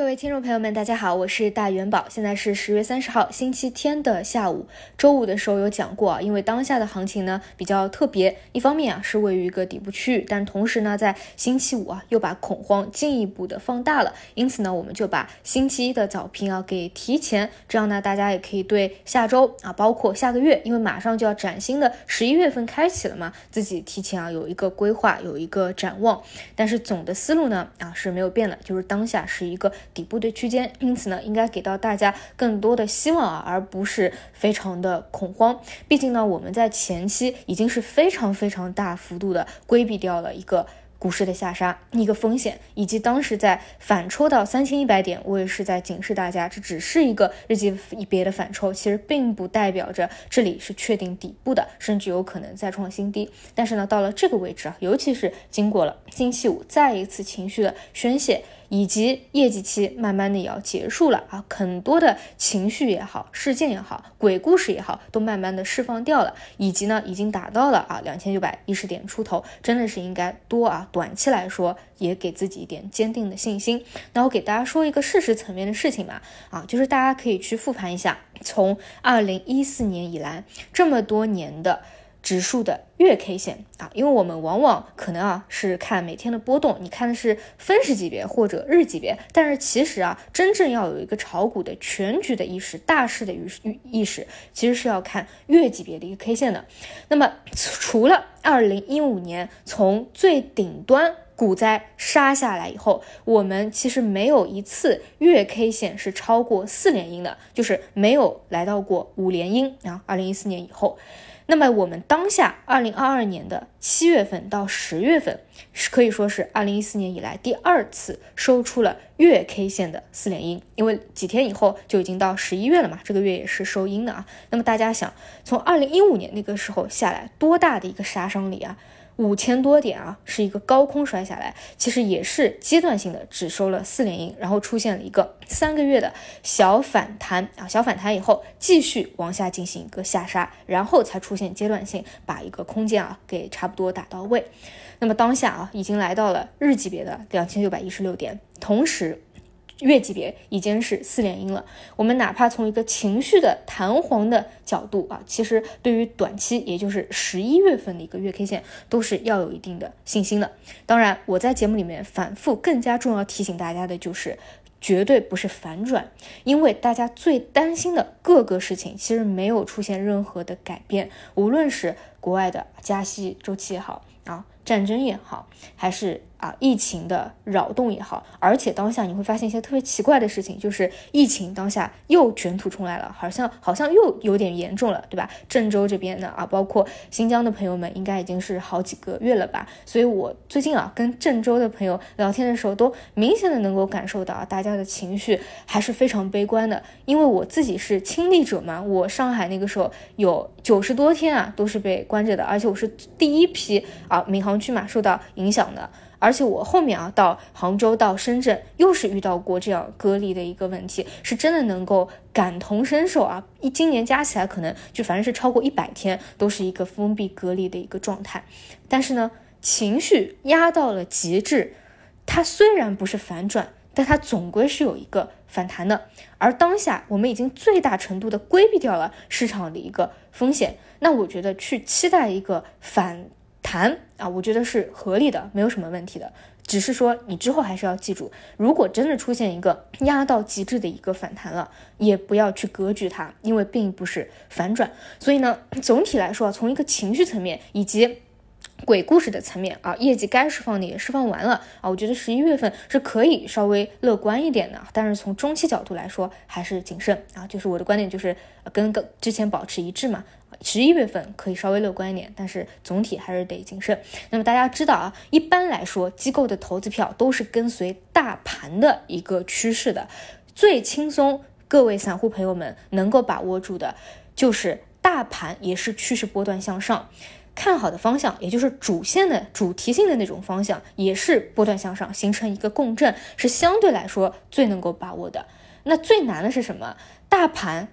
各位听众朋友们，大家好，我是大元宝，现在是10月30号星期天的下午。周五的时候有讲过因为当下的行情呢比较特别，一方面是位于一个底部区域，但同时呢在星期五又把恐慌进一步的放大了，因此呢我们就把星期一的早评给提前，这样呢大家也可以对下周包括下个月，因为马上就要崭新的11月份开启了嘛，自己提前有一个规划，有一个展望。但是总的思路呢是没有变的，就是当下是一个底部的区间，因此呢应该给到大家更多的希望而不是非常的恐慌。毕竟呢我们在前期已经是非常大幅度的规避掉了一个股市的下杀，一个风险，以及当时在反抽到3100点，我也是在警示大家，这只是一个日级别的反抽，其实并不代表着这里是确定底部的，甚至有可能再创新低。但是呢到了这个位置尤其是经过了星期五再一次情绪的宣泄，以及业绩期慢慢的也要结束了很多的情绪也好，事件也好，鬼故事也好，都慢慢的释放掉了，以及呢已经达到了2910点出头，真的是应该多短期来说也给自己一点坚定的信心。那我给大家说一个事实层面的事情嘛就是大家可以去复盘一下，从2014年以来这么多年的指数的月 K 线因为我们往往可能是看每天的波动，你看的是分时级别或者日级别，但是其实真正要有一个炒股的全局的意识，大势的意识，其实是要看月级别的一个 K 线的。那么除了2015年从最顶端股灾杀下来以后，我们其实没有一次月 K 线是超过4连阴的，就是没有来到过5连阴2014年以后。那么我们当下2022年的7月份到10月份可以说是2014年以来第二次收出了月 K 线的4连阴，因为几天以后就已经到11月了嘛，这个月也是收阴的那么大家想，从2015年那个时候下来多大的一个杀伤力5000多点是一个高空摔下来，其实也是阶段性的只收了4连阴，然后出现了一个3个月的小反弹小反弹以后继续往下进行一个下杀，然后才出现阶段性把一个空间给差不多打到位。那么当下已经来到了日级别的2616点，同时月级别已经是4连阴了。我们哪怕从一个情绪的弹簧的角度其实对于短期也就是11月份的一个月 K 线都是要有一定的信心的。当然我在节目里面反复更加重要提醒大家的就是绝对不是反转，因为大家最担心的各个事情其实没有出现任何的改变，无论是国外的加息周期也好战争也好，还是疫情的扰动也好，而且当下你会发现一些特别奇怪的事情，就是疫情当下又卷土重来了，好像又有点严重了，对吧？郑州这边的包括新疆的朋友们应该已经是好几个月了吧，所以我最近跟郑州的朋友聊天的时候都明显的能够感受到大家的情绪还是非常悲观的。因为我自己是亲历者嘛，我上海那个时候有90多天都是被关着的，而且我是第一批闵行区嘛受到影响的，而且我后面到杭州到深圳又是遇到过这样隔离的一个问题，是真的能够感同身受今年加起来可能就反正是超过100天都是一个封闭隔离的一个状态。但是呢情绪压到了极致，它虽然不是反转，但它总归是有一个反弹的，而当下我们已经最大程度的规避掉了市场的一个风险，那我觉得去期待一个反弹我觉得是合理的，没有什么问题的。只是说你之后还是要记住，如果真的出现一个压到极致的一个反弹了，也不要去格局它，因为并不是反转。所以呢总体来说从一个情绪层面以及鬼故事的层面业绩该释放的也释放完了我觉得11月份是可以稍微乐观一点的，但是从中期角度来说还是谨慎就是我的观点就是跟之前保持一致嘛，11月份可以稍微乐观一点，但是总体还是得谨慎。那么大家知道一般来说机构的投资票都是跟随大盘的一个趋势的，最轻松各位散户朋友们能够把握住的就是大盘也是趋势波段向上，看好的方向也就是主线的主题性的那种方向也是波段向上，形成一个共振，是相对来说最能够把握的。那最难的是什么？大盘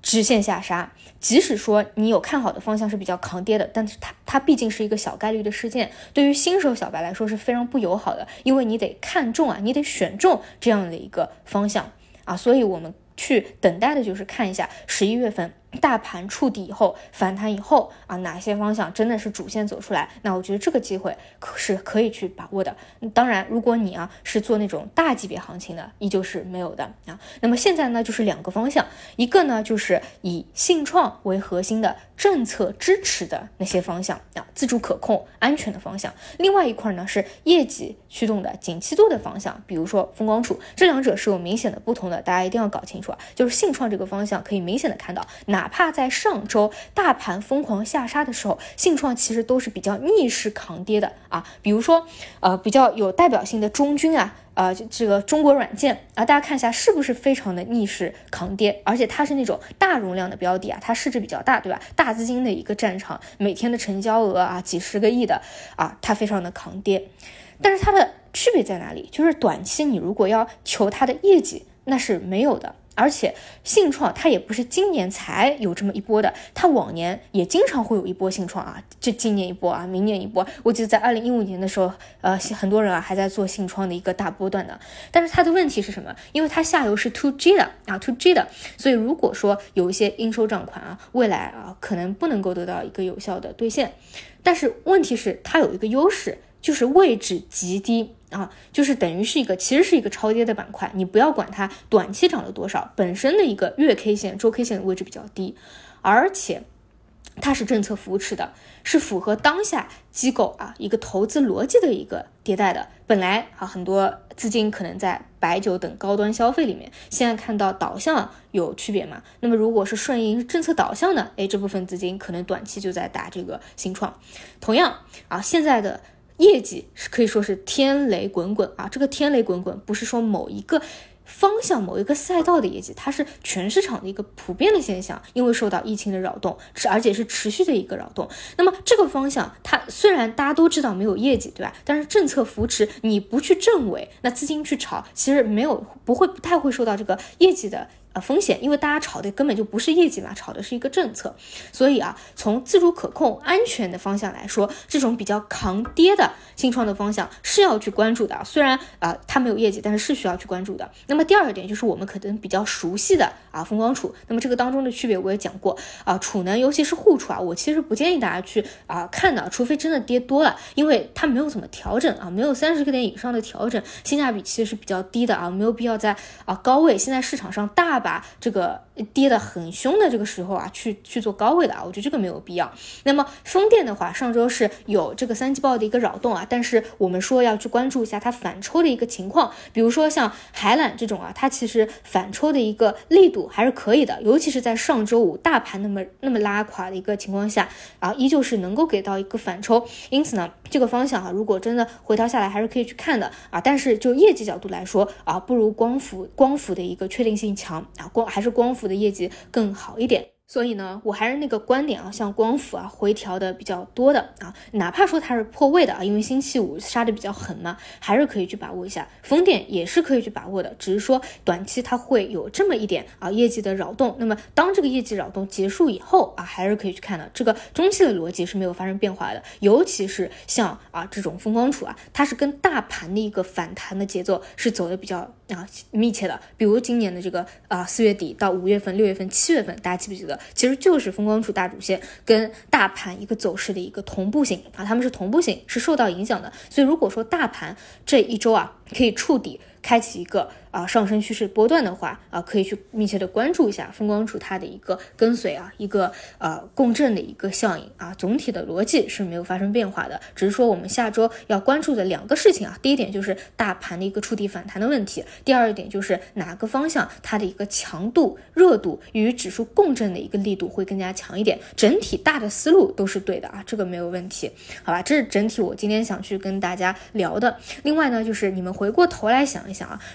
直线下杀。即使说你有看好的方向是比较抗跌的，但是它毕竟是一个小概率的事件，对于新手小白来说是非常不友好的，因为你得看中啊，你得选中这样的一个方向啊，所以我们去等待的就是看一下11月份大盘触底以后反弹以后啊，哪些方向真的是主线走出来，那我觉得这个机会是可以去把握的。当然如果你是做那种大级别行情的，依旧是没有的啊。那么现在呢就是两个方向，一个呢就是以信创为核心的政策支持的那些方向啊，自主可控安全的方向，另外一块呢是业绩驱动的景气度的方向，比如说风光储，这两者是有明显的不同的，大家一定要搞清楚啊。就是信创这个方向可以明显的看到，哪怕在上周大盘疯狂下杀的时候，信创其实都是比较逆势扛跌的啊。比如说比较有代表性的中军这个中国软件大家看一下是不是非常的逆势扛跌，而且它是那种大容量的标的它市值比较大，对吧？大资金的一个战场，每天的成交额几十个亿的它非常的扛跌。但是它的区别在哪里？就是短期你如果要求它的业绩，那是没有的。而且信创它也不是今年才有这么一波的，它往年也经常会有一波信创这今年一波明年一波。我记得在2015年的时候很多人还在做信创的一个大波段的。但是它的问题是什么？因为它下游是 2G 的2G 的，所以如果说有一些应收账款未来可能不能够得到一个有效的兑现。但是问题是它有一个优势，就是位置极低就是等于是其实是一个超跌的板块，你不要管它短期涨了多少，本身的一个月 K 线周 K 线的位置比较低，而且它是政策扶持的，是符合当下机构一个投资逻辑的一个迭代的。本来很多资金可能在白酒等高端消费里面，现在看到导向有区别嘛，那么如果是顺应政策导向的这部分资金可能短期就在打这个新创。同样现在的业绩可以说是天雷滚滚这个天雷滚滚不是说某一个方向某一个赛道的业绩，它是全市场的一个普遍的现象，因为受到疫情的扰动，而且是持续的一个扰动。那么这个方向它虽然大家都知道没有业绩，对吧？但是政策扶持你不去证伪，那资金去炒其实不太会受到这个业绩的风险，因为大家炒的根本就不是业绩嘛，炒的是一个政策。所以从自主可控安全的方向来说，这种比较抗跌的信创的方向是要去关注的，虽然它没有业绩，但是需要去关注的。那么第二点就是我们可能比较熟悉的风光储，那么这个当中的区别我也讲过储能尤其是沪储我其实不建议大家去看的，除非真的跌多了，因为它没有怎么调整没有30个点以上的调整，性价比其实是比较低的没有必要在高位，现在市场上大把这个跌得很凶的这个时候去做高位的我觉得这个没有必要。那么风电的话，上周是有这个3季报的一个扰动但是我们说要去关注一下它反抽的一个情况，比如说像海缆这种它其实反抽的一个力度还是可以的，尤其是在上周五大盘那么拉垮的一个情况下依旧是能够给到一个反抽。因此呢这个方向如果真的回调下来还是可以去看的但是就业绩角度来说不如光伏的一个确定性强还是光伏的业绩更好一点。所以呢我还是那个观点像光伏回调的比较多的哪怕说它是破位的因为星期五杀的比较狠嘛，还是可以去把握一下。风电也是可以去把握的，只是说短期它会有这么一点业绩的扰动，那么当这个业绩扰动结束以后还是可以去看的，这个中期的逻辑是没有发生变化的。尤其是像这种风光储它是跟大盘的一个反弹的节奏是走的比较密切的。比如今年的这个4月底到5月份6月份7月份，大家记不记得其实就是风光储大主线跟大盘一个走势的一个同步性他们是同步性，是受到影响的。所以如果说大盘这一周可以触底开启一个上升趋势波段的话可以去密切的关注一下风光储它的一个跟随一个共振的一个效应总体的逻辑是没有发生变化的，只是说我们下周要关注的两个事情第一点就是大盘的一个触底反弹的问题，第二点就是哪个方向它的一个强度热度与指数共振的一个力度会更加强一点，整体大的思路都是对的这个没有问题。好吧，这是整体我今天想去跟大家聊的。另外呢就是你们回过头来想一想是不是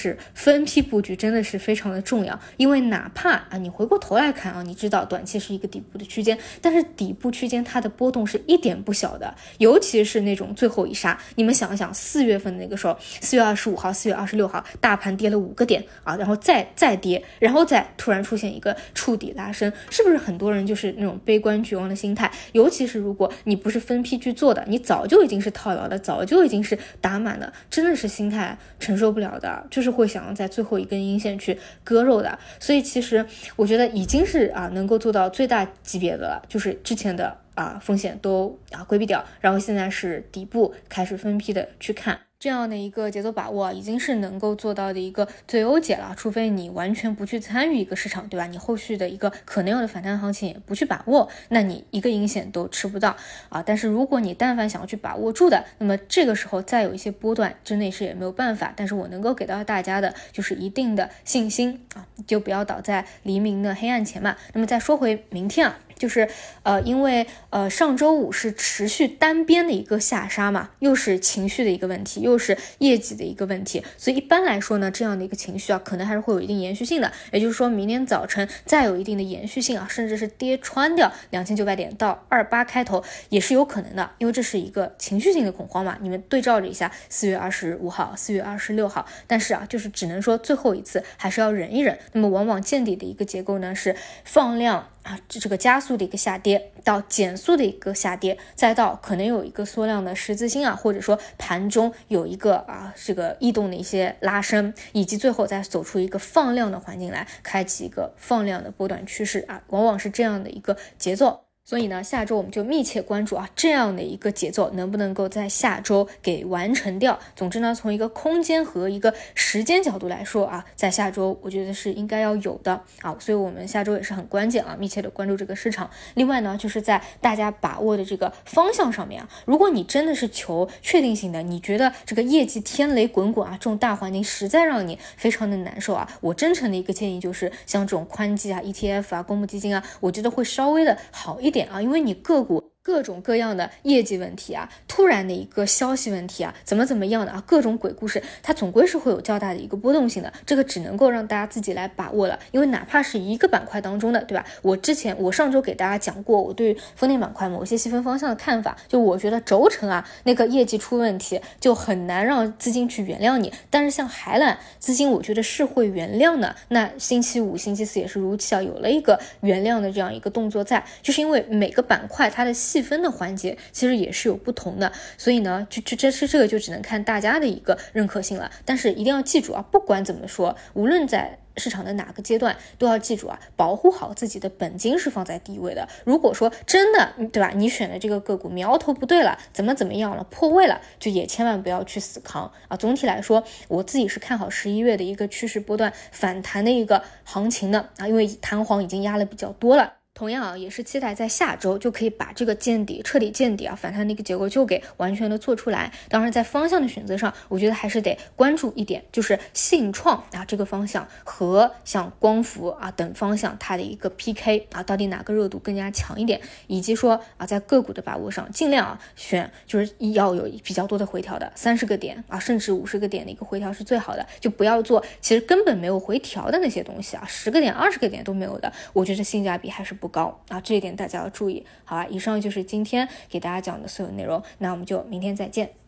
是分批布局真的是非常的重要，因为哪怕啊你回过头来看啊，你知道短期是一个底部的区间，但是底部区间它的波动是一点不小的，尤其是那种最后一杀，你们想一想4月份那个时候，4月25号、4月26号，大盘跌了5个点啊，然后再跌，然后再突然出现一个触底拉升，是不是很多人就是那种悲观绝望的心态？尤其是如果你不是分批去做的，你早就已经是套牢的，早就已经是打满了，真的是心态承受不了的，就是会想要在最后一根阴线去割肉的。所以其实我觉得已经是能够做到最大级别的了，就是之前的风险都规避掉，然后现在是底部开始分批的去看，这样的一个节奏把握已经是能够做到的一个最优解了，除非你完全不去参与一个市场，对吧？你后续的一个可能有的反弹行情也不去把握，那你一个阴线都吃不到但是如果你但凡想要去把握住的，那么这个时候再有一些波段，真的是也没有办法，但是我能够给到大家的就是一定的信心就不要倒在黎明的黑暗前嘛。那么再说回明天就是因为上周五是持续单边的一个下杀嘛，又是情绪的一个问题，又是业绩的一个问题，所以一般来说呢，这样的一个情绪可能还是会有一定延续性的，也就是说明天早晨再有一定的延续性甚至是跌穿掉2900点到28开头也是有可能的，因为这是一个情绪性的恐慌嘛。你们对照着一下4月25号、4月26号，但是就是只能说最后一次还是要忍一忍。那么往往见底的一个结构呢是放量这个加速的一个下跌到减速的一个下跌，再到可能有一个缩量的十字星或者说盘中有一个这个异动的一些拉升，以及最后再走出一个放量的环境来，开启一个放量的波段趋势往往是这样的一个节奏。所以呢，下周我们就密切关注这样的一个节奏能不能够在下周给完成掉。总之呢，从一个空间和一个时间角度来说在下周我觉得是应该要有的所以我们下周也是很关键密切的关注这个市场。另外呢，就是在大家把握的这个方向上面如果你真的是求确定性的，你觉得这个业绩天雷滚滚这种大环境实在让你非常的难受我真诚的一个建议就是像这种宽基ETF 公募基金我觉得会稍微的好一点因为你个股各种各样的业绩问题突然的一个消息问题怎么样的各种鬼故事，它总归是会有较大的一个波动性的，这个只能够让大家自己来把握了。因为哪怕是一个板块当中的，对吧？我上周给大家讲过我对风电板块某些细分方向的看法，就我觉得轴承那个业绩出问题就很难让资金去原谅你，但是像海缆资金我觉得是会原谅的。那星期五星期四也是如期有了一个原谅的这样一个动作在，就是因为每个板块它的细分的环节其实也是有不同的，所以呢这个就只能看大家的一个认可性了。但是一定要记住不管怎么说，无论在市场的哪个阶段都要记住保护好自己的本金是放在第一位的。如果说真的对吧，你选的这个个股苗头不对了，怎么样了，破位了，就也千万不要去死扛总体来说我自己是看好11月的一个趋势波段反弹的一个行情的因为弹簧已经压了比较多了。同样也是期待在下周就可以把这个见底彻底见底反弹的一个结果就给完全的做出来。当然在方向的选择上我觉得还是得关注一点，就是信创这个方向和像光伏等方向它的一个 PK 到底哪个热度更加强一点，以及说在个股的把握上尽量选就是要有比较多的回调的30个点甚至50个点的一个回调是最好的，就不要做其实根本没有回调的那些东西10个点20个点都没有的，我觉得性价比还是不高这一点大家要注意。好以上就是今天给大家讲的所有内容，那我们就明天再见。